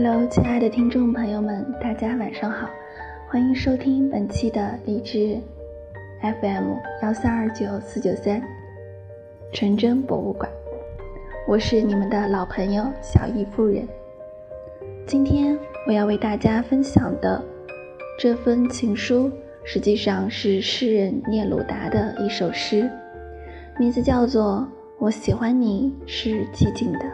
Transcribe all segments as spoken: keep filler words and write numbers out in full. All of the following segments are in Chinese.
Hello， 亲爱的听众朋友们，大家晚上好，欢迎收听本期的励志 F M 幺三二九四九三纯真博物馆，我是你们的老朋友小易夫人。今天我要为大家分享的这封情书，实际上是诗人聂鲁达的一首诗，名字叫做《我喜欢你是寂静的》。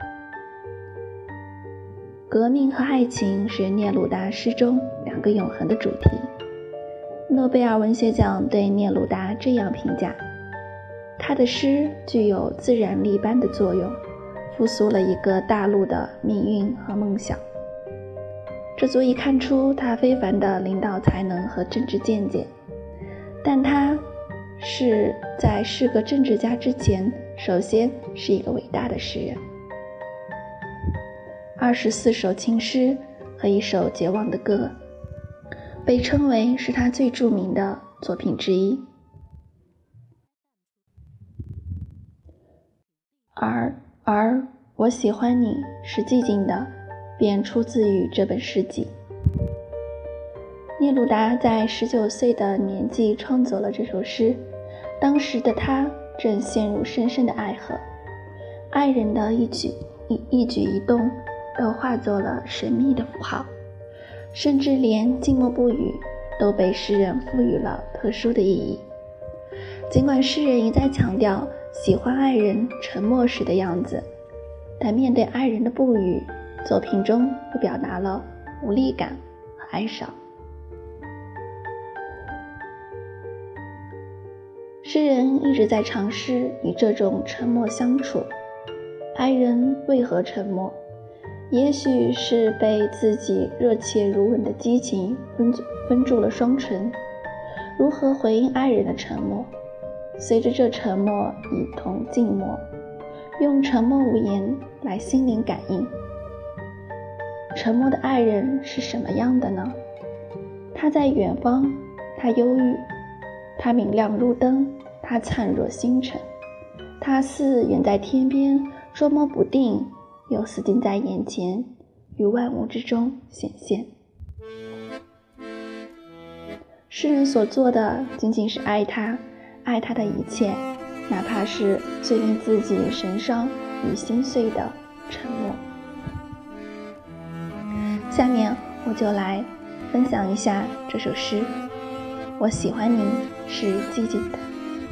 革命和爱情是聂鲁达诗中两个永恒的主题。诺贝尔文学奖对聂鲁达这样评价：他的诗具有自然力般的作用，复苏了一个大陆的命运和梦想。这足以看出他非凡的领导才能和政治见解，但他是在是个政治家之前，首先是一个伟大的诗人。二十四首情诗和一首绝望的歌，被称为是他最著名的作品之一。而而我喜欢你是寂静的，便出自于这本诗集。聂鲁达在十九岁的年纪创作了这首诗，当时的他正陷入深深的爱河，爱人的一举一一举一动都化作了神秘的符号，甚至连静默不语都被诗人赋予了特殊的意义。尽管诗人一再强调喜欢爱人沉默时的样子，但面对爱人的不语，作品中又表达了无力感和哀伤。诗人一直在尝试与这种沉默相处。爱人为何沉默？也许是被自己热切如吻的激情分分住了双唇。如何回应爱人的沉默？随着这沉默一同静默，用沉默无言来心灵感应。沉默的爱人是什么样的呢？他在远方，他忧郁，他明亮如灯，他灿若星辰，他似远在天边，捉摸不定，又似近在眼前，于万物之中显现。诗人所做的仅仅是爱他，爱他的一切，哪怕是最令自己神伤与心碎的沉默。下面我就来分享一下这首诗。我喜欢你是寂静的。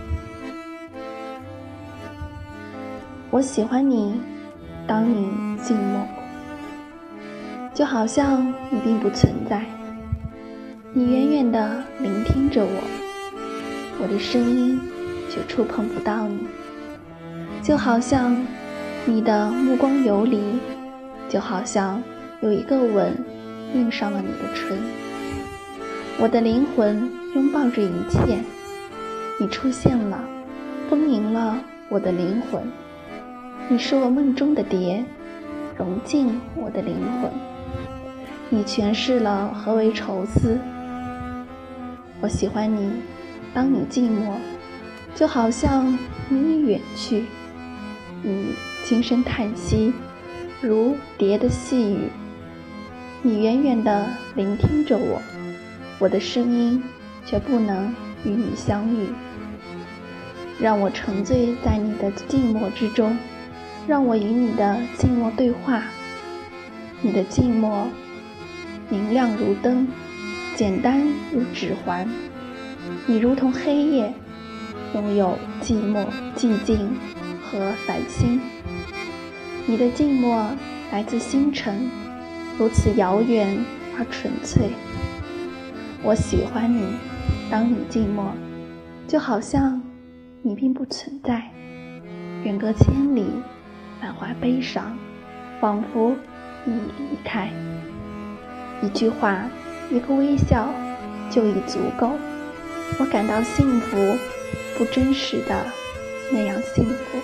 我喜欢你当你静默，就好像你并不存在，你远远地聆听着我，我的声音却触碰不到你，就好像你的目光游离，就好像有一个吻印上了你的唇。我的灵魂拥抱着一切，你出现了，丰盈了我的灵魂。你是我梦中的蝶，融进我的灵魂。你诠释了何为愁思。我喜欢你当你寂寞，就好像你已远去，你轻声叹息，如蝶的细语。你远远地聆听着我，我的声音却不能与你相遇。让我沉醉在你的寂寞之中，让我与你的寂寞对话。你的寂寞明亮如灯，简单如指环。你如同黑夜，拥有寂寞、寂静和繁星。你的静默来自星辰，如此遥远而纯粹。我喜欢你当你寂寞，就好像你并不存在，远隔千里，满怀悲伤，仿佛你已离开。一句话，一个微笑就已足够，我感到幸福，不真实的那样幸福。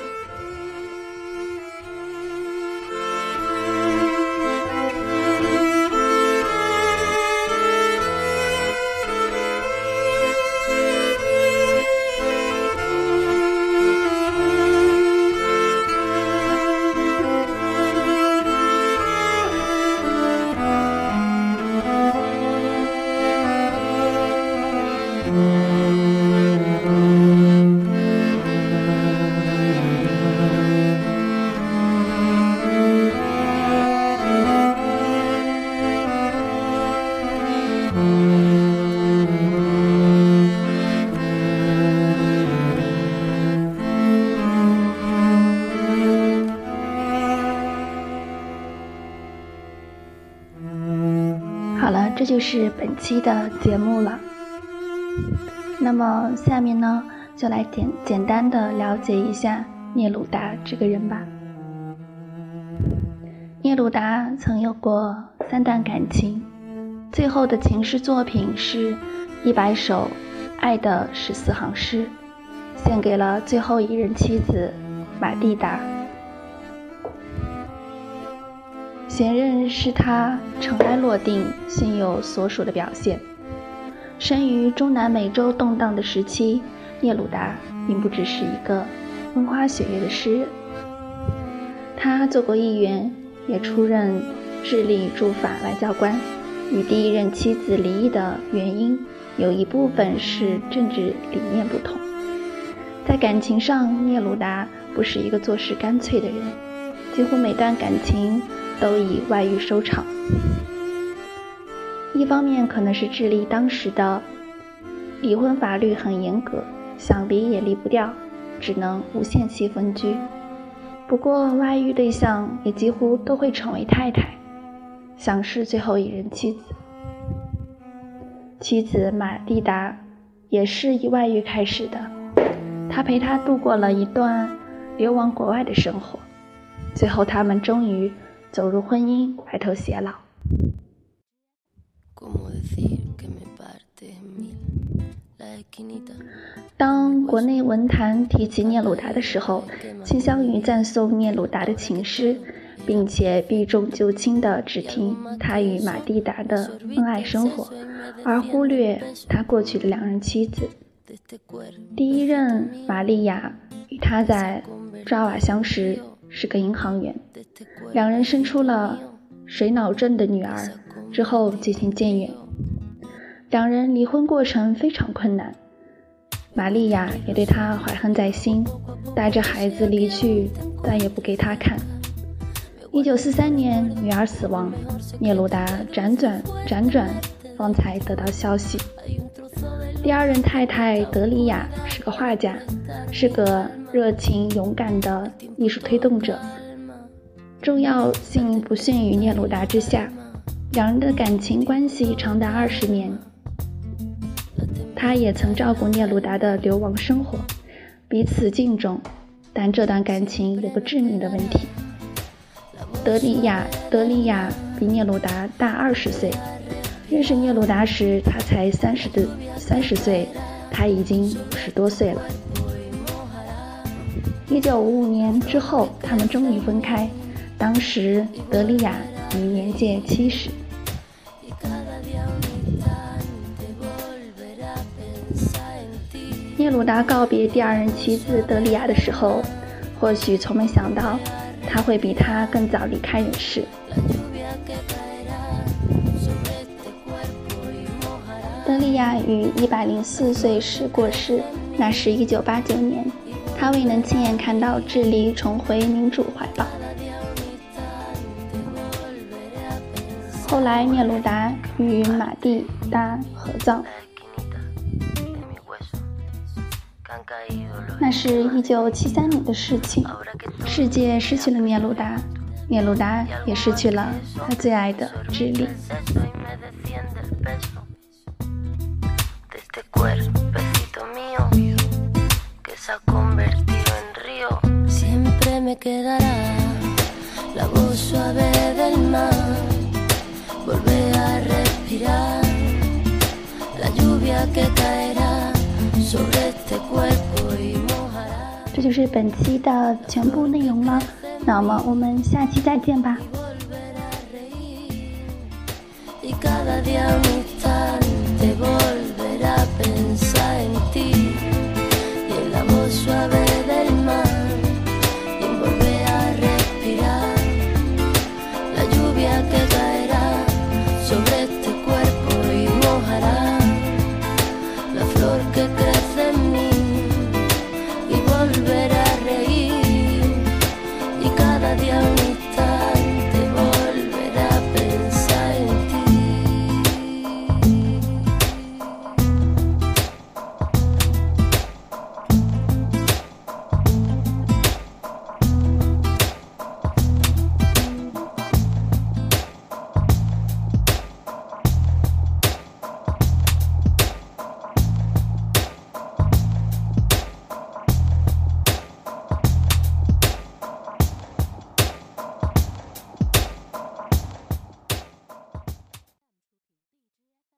好了，这就是本期的节目了。那么下面呢，就来简简单的了解一下聂鲁达这个人吧。聂鲁达曾有过三段感情，最后的情诗作品是一百首爱的十四行诗，献给了最后一任妻子玛蒂达。前任是他尘埃落定、心有所属的表现。生于中南美洲动荡的时期，聂鲁达并不只是一个风花雪月的诗人，他做过议员，也出任智利驻法外交官。与第一任妻子离异的原因，有一部分是政治理念不同。在感情上，聂鲁达不是一个做事干脆的人，几乎每段感情都以外遇收场。一方面可能是智利当时的离婚法律很严格，想离也离不掉，只能无限期分居。不过外遇对象也几乎都会成为太太，想是最后一任妻子。妻子玛蒂达也是以外遇开始的，他陪她度过了一段流亡国外的生活，最后他们终于走入婚姻，白头偕老。当国内文坛提起聂鲁达的时候，倾向于赞颂聂鲁达的情诗，并且避重就轻地只听他与玛蒂达的恩爱生活，而忽略他过去的两任妻子。第一任玛利亚与他在爪哇相识，是个银行员，两人生出了水脑症的女儿，之后渐行渐远。两人离婚过程非常困难，玛利亚也对他怀恨在心，带着孩子离去，再也不给他看。一九四三年，女儿死亡，聂鲁达辗转辗转方才得到消息。第二任太太德里亚是个画家，是个热情勇敢的艺术推动者，重要性不逊于聂鲁达之下，两人的感情关系长达二十年。他也曾照顾聂鲁达的流亡生活，彼此敬重，但这段感情有个致命的问题。德里亚德里亚比聂鲁达大二十岁，认识聂鲁达时他才三十的三十岁，他已经五十多岁了。一九五五年之后，他们终于分开，当时德里亚已年届七十。聂鲁达告别第二任妻子德里亚的时候，或许从没想到他会比他更早离开人世。德里亚于一百零四岁时过世，那是一九八九年，他未能亲眼看到智利重回民主怀抱。后来聂鲁达与玛蒂达合葬，那是一九七三年的事情。世界失去了聂鲁达，聂鲁达也失去了他最爱的智利。这就是本期的全部内容了，那么我们下期再见吧。 Y cada día un instante volver a pensar en ti.